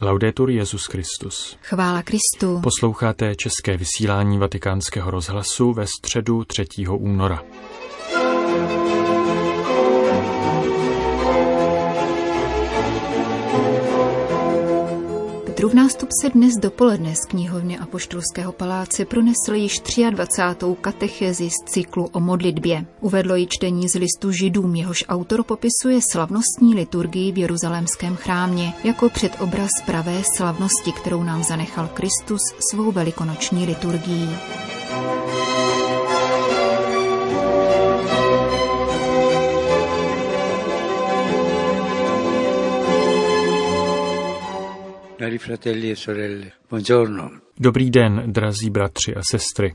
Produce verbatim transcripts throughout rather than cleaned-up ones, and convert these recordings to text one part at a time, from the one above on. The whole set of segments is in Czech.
Laudetur Jesus Christus. Chvála Kristu. Posloucháte české vysílání Vatikánského rozhlasu ve středu třetího února. Petrův nástup se dnes dopoledne z knihovny Apoštolského paláce pronesl již dvacátou třetí katechezi z cyklu o modlitbě. Uvedlo ji čtení z listu Židům, jehož autor popisuje slavnostní liturgii v Jeruzalémském chrámě jako předobraz pravé slavnosti, kterou nám zanechal Kristus svou velikonoční liturgií. Dobrý den, drazí bratři a sestry.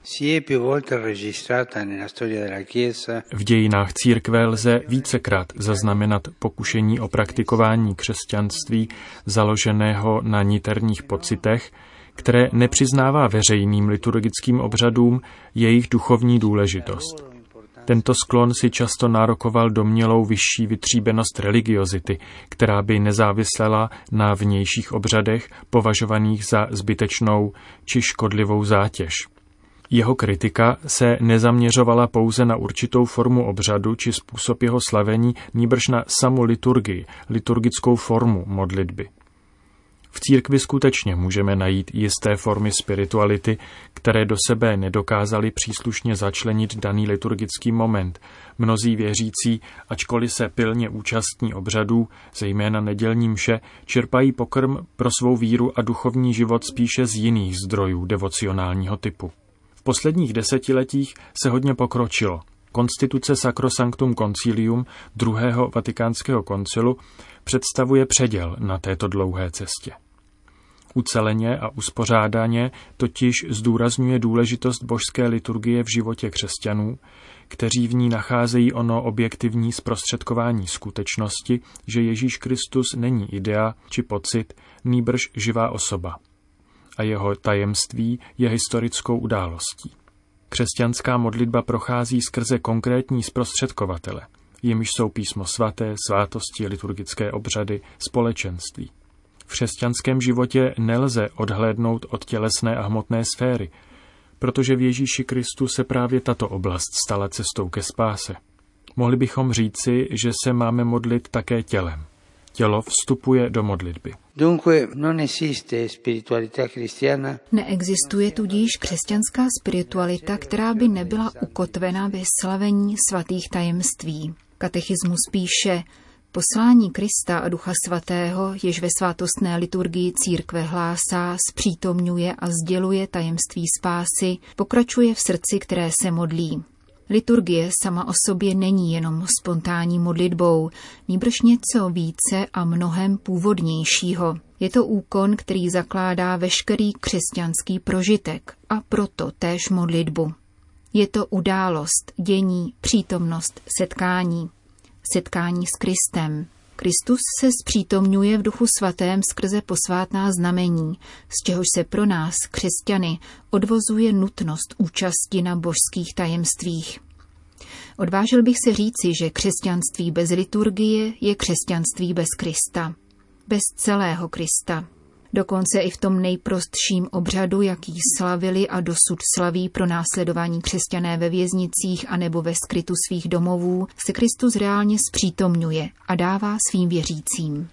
V dějinách církve lze vícekrát zaznamenat pokušení o praktikování křesťanství založeného na niterních pocitech, které nepřiznává veřejným liturgickým obřadům jejich duchovní důležitost. Tento sklon si často nárokoval domnělou vyšší vytříbenost religiozity, která by nezávisela na vnějších obřadech považovaných za zbytečnou či škodlivou zátěž. Jeho kritika se nezaměřovala pouze na určitou formu obřadu či způsob jeho slavení, nýbrž na samu liturgii, liturgickou formu modlitby. V církvi skutečně můžeme najít jisté formy spirituality, které do sebe nedokázali příslušně začlenit daný liturgický moment. Mnozí věřící, ačkoliv se pilně účastní obřadů, zejména nedělní mše, čerpají pokrm pro svou víru a duchovní život spíše z jiných zdrojů devocionálního typu. V posledních desetiletích se hodně pokročilo. Konstituce Sacrosanctum Concilium druhého vatikánského koncilu představuje předěl na této dlouhé cestě. Uceleně a uspořádaně totiž zdůrazňuje důležitost božské liturgie v životě křesťanů, kteří v ní nacházejí ono objektivní zprostředkování skutečnosti, že Ježíš Kristus není idea či pocit, nýbrž živá osoba. A jeho tajemství je historickou událostí. Křesťanská modlitba prochází skrze konkrétní zprostředkovatele, jimiž jsou písmo svaté, svátosti, liturgické obřady, společenství. V křesťanském životě nelze odhlédnout od tělesné a hmotné sféry, protože v Ježíši Kristu se právě tato oblast stala cestou ke spáse. Mohli bychom říci, že se máme modlit také tělem. Tělo vstupuje do modlitby. Neexistuje tudíž křesťanská spiritualita, která by nebyla ukotvena ve slavení svatých tajemství. Katechismus píše: Poslání Krista a Ducha Svatého, jež ve svátostné liturgii církve hlásá, zpřítomňuje a sděluje tajemství spásy, pokračuje v srdci, které se modlí. Liturgie sama o sobě není jenom spontánní modlitbou, nýbrž něco více a mnohem původnějšího. Je to úkon, který zakládá veškerý křesťanský prožitek a proto též modlitbu. Je to událost, dění, přítomnost, setkání. Setkání s Kristem. Kristus se zpřítomňuje v Duchu Svatém skrze posvátná znamení, z čehož se pro nás, křesťany, odvozuje nutnost účasti na božských tajemstvích. Odvážil bych se říci, že křesťanství bez liturgie je křesťanství bez Krista. Bez celého Krista. Dokonce i v tom nejprostším obřadu, jaký slavili a dosud slaví pro následování křesťané ve věznicích anebo ve skrytu svých domovů, se Kristus reálně zpřítomňuje a dává svým věřícím.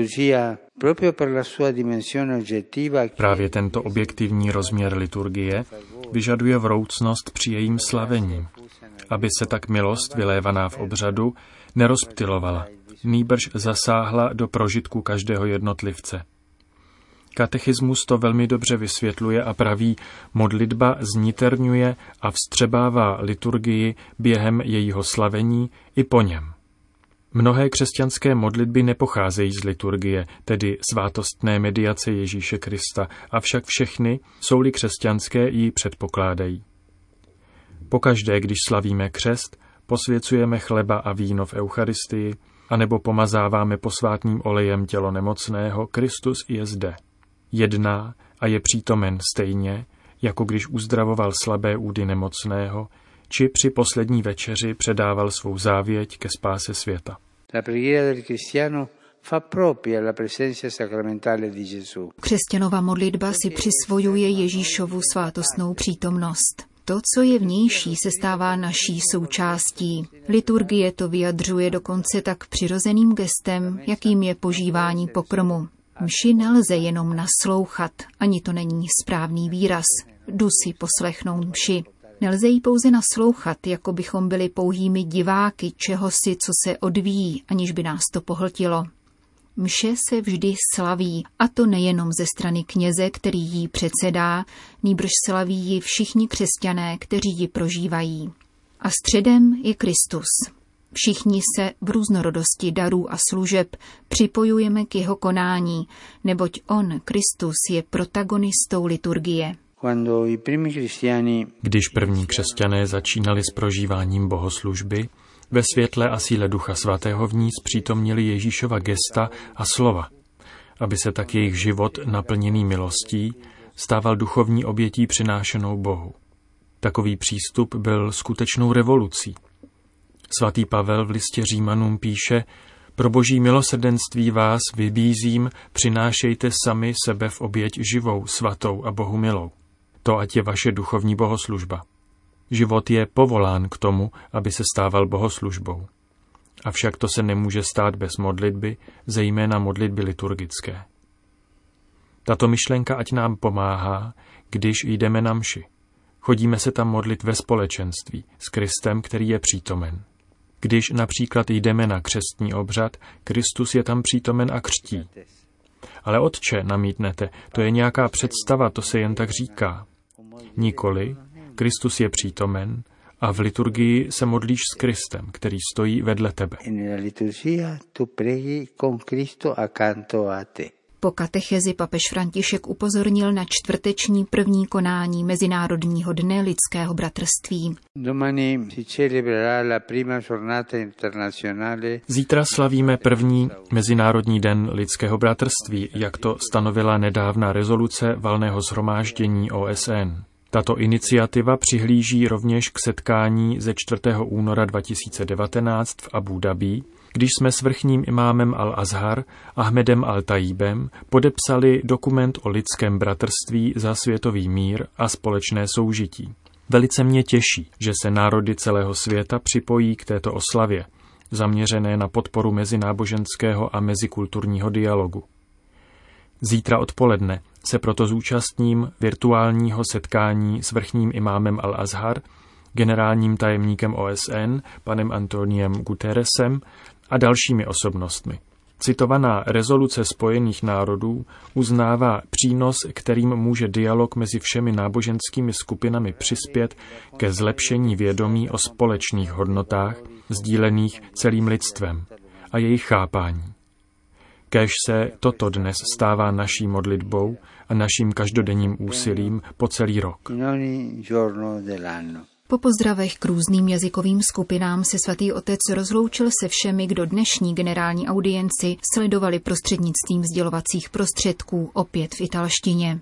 Právě tento objektivní rozměr liturgie vyžaduje vroucnost při jejím slavení, aby se tak milost vylévaná v obřadu nerozptylovala, nýbrž zasáhla do prožitku každého jednotlivce. Katechismus to velmi dobře vysvětluje a praví, modlitba zniterňuje a vstřebává liturgii během jejího slavení i po něm. Mnohé křesťanské modlitby nepocházejí z liturgie, tedy svátostné mediace Ježíše Krista, avšak všechny, jsou-li křesťanské, ji předpokládají. Pokaždé, když slavíme křest, posvěcujeme chleba a víno v Eucharistii, anebo pomazáváme posvátným olejem tělo nemocného, Kristus je zde. Jedná a je přítomen stejně, jako když uzdravoval slabé údy nemocného, či při poslední večeři předával svou závěť ke spáse světa. Křesťanova modlitba si přisvojuje Ježíšovu svátostnou přítomnost. To, co je vnější, se stává naší součástí. Liturgie to vyjadřuje dokonce tak přirozeným gestem, jakým je požívání pokrmu. Mši nelze jenom naslouchat, ani to není správný výraz. Jdu si poslechnout mši. Nelze jí pouze naslouchat, jako bychom byli pouhými diváky čehosi, co se odvíjí, aniž by nás to pohltilo. Mše se vždy slaví, a to nejenom ze strany kněze, který jí předsedá, nýbrž slaví ji všichni křesťané, kteří ji prožívají. A středem je Kristus. Všichni se v různorodosti darů a služeb připojujeme k jeho konání, neboť on, Kristus, je protagonistou liturgie. Když první křesťané začínali s prožíváním bohoslužby, ve světle a síle Ducha Svatého v ní zpřítomnili Ježíšova gesta a slova, aby se tak jejich život naplněný milostí stával duchovní obětí přinášenou Bohu. Takový přístup byl skutečnou revolucí. Svatý Pavel v listě Římanům píše: Pro boží milosrdenství vás vybízím, přinášejte sami sebe v oběť živou, svatou a Bohu milou. To ať je vaše duchovní bohoslužba. Život je povolán k tomu, aby se stával bohoslužbou. Avšak to se nemůže stát bez modlitby, zejména modlitby liturgické. Tato myšlenka ať nám pomáhá, když jdeme na mši. Chodíme se tam modlit ve společenství s Kristem, který je přítomen. Když například jdeme na křestní obřad, Kristus je tam přítomen a křtí. Ale otče, namítnete, to je nějaká představa, to se jen tak říká. Nikoli, Kristus je přítomen a v liturgii se modlíš s Kristem, který stojí vedle tebe. Po katechezi papež František upozornil na čtvrteční první konání Mezinárodního dne lidského bratrství. Zítra slavíme první Mezinárodní den lidského bratrství, jak to stanovila nedávná rezoluce Valného shromáždění O S N. Tato iniciativa přihlíží rovněž k setkání ze čtvrtého února dva tisíce devatenáct v Abu Dhabi, když jsme s vrchním imámem Al-Azhar Ahmedem Al-Tajibem podepsali dokument o lidském bratrství za světový mír a společné soužití. Velice mě těší, že se národy celého světa připojí k této oslavě, zaměřené na podporu mezináboženského a mezikulturního dialogu. Zítra odpoledne se proto zúčastním virtuálního setkání s vrchním imámem Al-Azhar, generálním tajemníkem O S N, panem Antoniem Guterresem a dalšími osobnostmi. Citovaná rezoluce Spojených národů uznává přínos, kterým může dialog mezi všemi náboženskými skupinami přispět ke zlepšení vědomí o společných hodnotách, sdílených celým lidstvem a jejich chápání. Kéž se toto dnes stává naší modlitbou a naším každodenním úsilím po celý rok. Po pozdravech k různým jazykovým skupinám se svatý otec rozloučil se všemi, kdo dnešní generální audienci sledovali prostřednictvím sdělovacích prostředků, opět v italštině.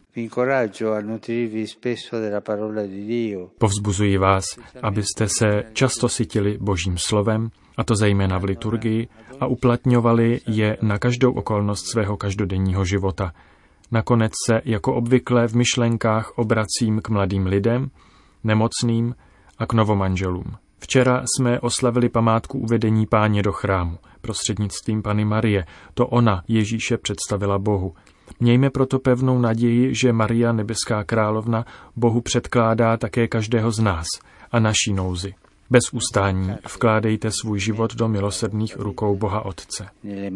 Povzbuzuji vás, abyste se často sytili Božím slovem, a to zejména v liturgii, a uplatňovali je na každou okolnost svého každodenního života. Nakonec se jako obvykle v myšlenkách obracím k mladým lidem, nemocným a k novomanželům. Včera jsme oslavili památku uvedení Páně do chrámu prostřednictvím Panny Marie. To ona Ježíše představila Bohu. Mějme proto pevnou naději, že Maria nebeská královna Bohu předkládá také každého z nás a naší nouzi. Bez ustání vkládejte svůj život do milosrdných rukou Boha Otce.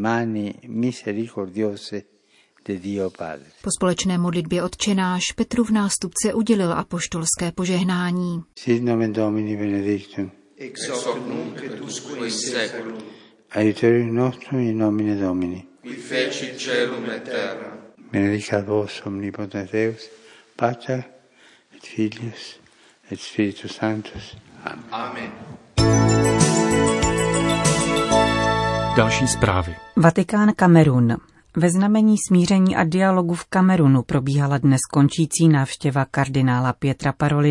Po společné modlitbě Otčenáš Petrův nástupce udělil apoštolské požehnání. Sit nomen Domini benedictum. Ex hoc nunc et usque in seculum. Aiuterium nostrum in nomine Domini. Qui fecit caelum et terra. Benedicat vos omnipotens Deus, Pater et Filius et Spiritus Sanctus. Amen. Další zprávy. Vatikán, Kamerun. Ve znamení smíření a dialogu v Kamerunu probíhala dnes končící návštěva kardinála Pietra Parolina.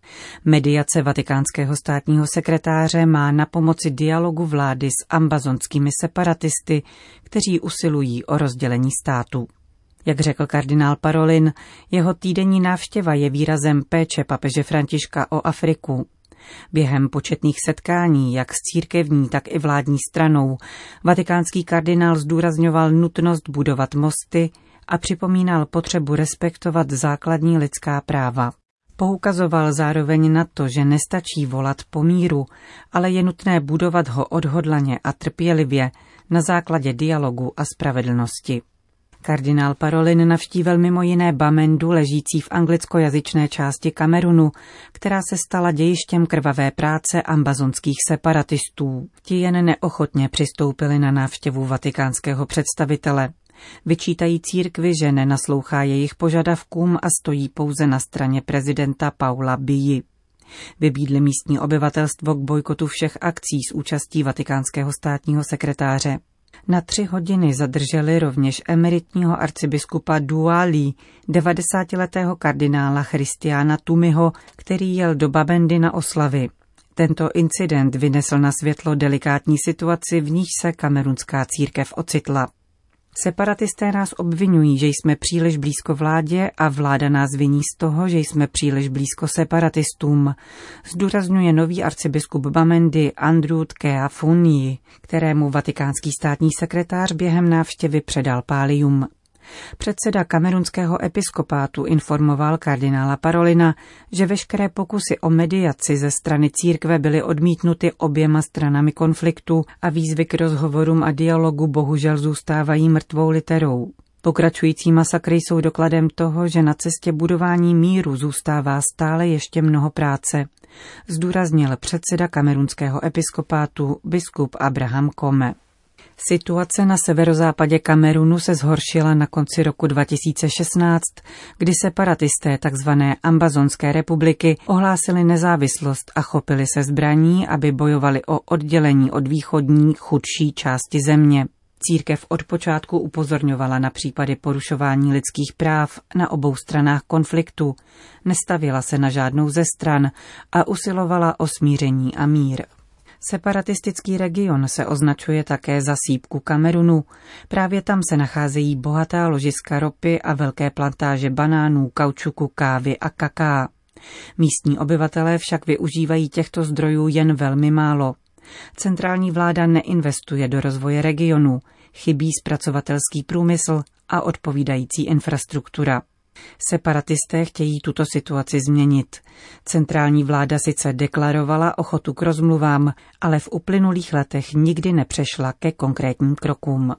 Mediace vatikánského státního sekretáře má na pomoci dialogu vlády s ambazonskými separatisty, kteří usilují o rozdělení státu. Jak řekl kardinál Parolin, jeho týdenní návštěva je výrazem péče papeže Františka o Afriku. Během početných setkání, jak s církevní, tak i vládní stranou, vatikánský kardinál zdůrazňoval nutnost budovat mosty a připomínal potřebu respektovat základní lidská práva. Poukazoval zároveň na to, že nestačí volat po míru, ale je nutné budovat ho odhodlaně a trpělivě na základě dialogu a spravedlnosti. Kardinál Parolin navštívil mimo jiné Bamendu, ležící v anglickojazyčné části Kamerunu, která se stala dějištěm krvavé práce ambazonských separatistů. Ti jen neochotně přistoupili na návštěvu vatikánského představitele. Vyčítají církvi, že nenaslouchá jejich požadavkům a stojí pouze na straně prezidenta Paula Biyi. Vybídli místní obyvatelstvo k bojkotu všech akcí s účastí vatikánského státního sekretáře. Na tři hodiny zadrželi rovněž emeritního arcibiskupa Douali, devadesátiletého kardinála Christiana Tumiho, který jel do Bamendy na oslavy. Tento incident vynesl na světlo delikátní situaci, v níž se kamerunská církev ocitla. Separatisté nás obvinují, že jsme příliš blízko vládě a vláda nás viní z toho, že jsme příliš blízko separatistům, zdůrazňuje nový arcibiskup Bamendy Andrew Tkea Funyi, kterému vatikánský státní sekretář během návštěvy předal pálium. Předseda kamerunského episkopátu informoval kardinála Parolina, že veškeré pokusy o mediaci ze strany církve byly odmítnuty oběma stranami konfliktu a výzvy k rozhovorům a dialogu bohužel zůstávají mrtvou literou. Pokračující masakry jsou dokladem toho, že na cestě budování míru zůstává stále ještě mnoho práce, zdůraznil předseda kamerunského episkopátu biskup Abraham Kome. Situace na severozápadě Kamerunu se zhoršila na konci roku dva tisíce šestnáct, kdy separatisté tzv. Ambazonské republiky ohlásili nezávislost a chopili se zbraní, aby bojovali o oddělení od východní, chudší části země. Církev od počátku upozorňovala na případy porušování lidských práv na obou stranách konfliktu, nestavila se na žádnou ze stran a usilovala o smíření a mír. Separatistický region se označuje také za sýpku Kamerunu. Právě tam se nacházejí bohatá ložiska ropy a velké plantáže banánů, kaučuku, kávy a kaká. Místní obyvatelé však využívají těchto zdrojů jen velmi málo. Centrální vláda neinvestuje do rozvoje regionu, chybí zpracovatelský průmysl a odpovídající infrastruktura. Separatisté chtějí tuto situaci změnit. Centrální vláda sice deklarovala ochotu k rozmluvám, ale v uplynulých letech nikdy nepřešla ke konkrétním krokům.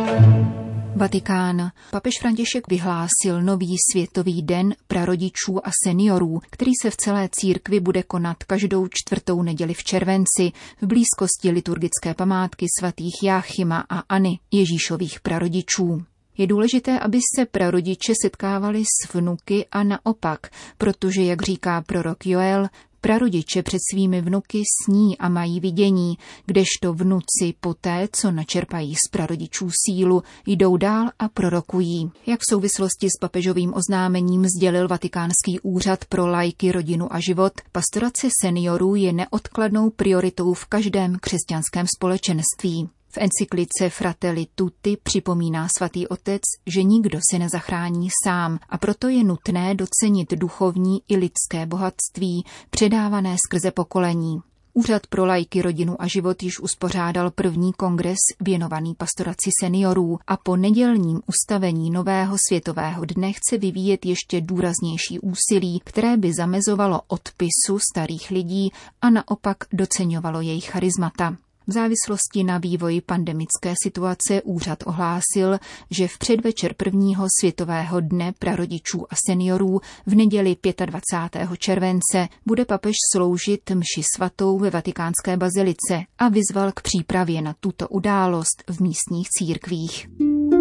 Vatikán. Papež František vyhlásil nový světový den prarodičů a seniorů, který se v celé církvi bude konat každou čtvrtou neděli v červenci v blízkosti liturgické památky svatých Jáchyma a Anny, Ježíšových prarodičů. Je důležité, aby se prarodiče setkávali s vnuky a naopak, protože, jak říká prorok Joel, prarodiče před svými vnuky sní a mají vidění, kdežto vnuci poté, co načerpají z prarodičů sílu, jdou dál a prorokují. Jak v souvislosti s papežovým oznámením sdělil Vatikánský úřad pro laiky, rodinu a život, pastorace seniorů je neodkladnou prioritou v každém křesťanském společenství. V encyklice Fratelli Tutti připomíná svatý otec, že nikdo se nezachrání sám a proto je nutné docenit duchovní i lidské bohatství předávané skrze pokolení. Úřad pro laiky, rodinu a život již uspořádal první kongres věnovaný pastoraci seniorů a po nedělním ustavení nového světového dne chce vyvíjet ještě důraznější úsilí, které by zamezovalo odpisu starých lidí a naopak doceňovalo jejich charismata. V závislosti na vývoji pandemické situace úřad ohlásil, že v předvečer prvního světového dne prarodičů a seniorů v neděli dvacátého pátého července bude papež sloužit mši svatou ve vatikánské bazilice a vyzval k přípravě na tuto událost v místních církvích.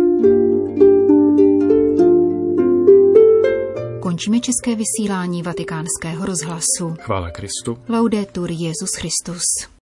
Končíme české vysílání Vatikánského rozhlasu. Chvála Kristu. Laudetur Jesus Christus.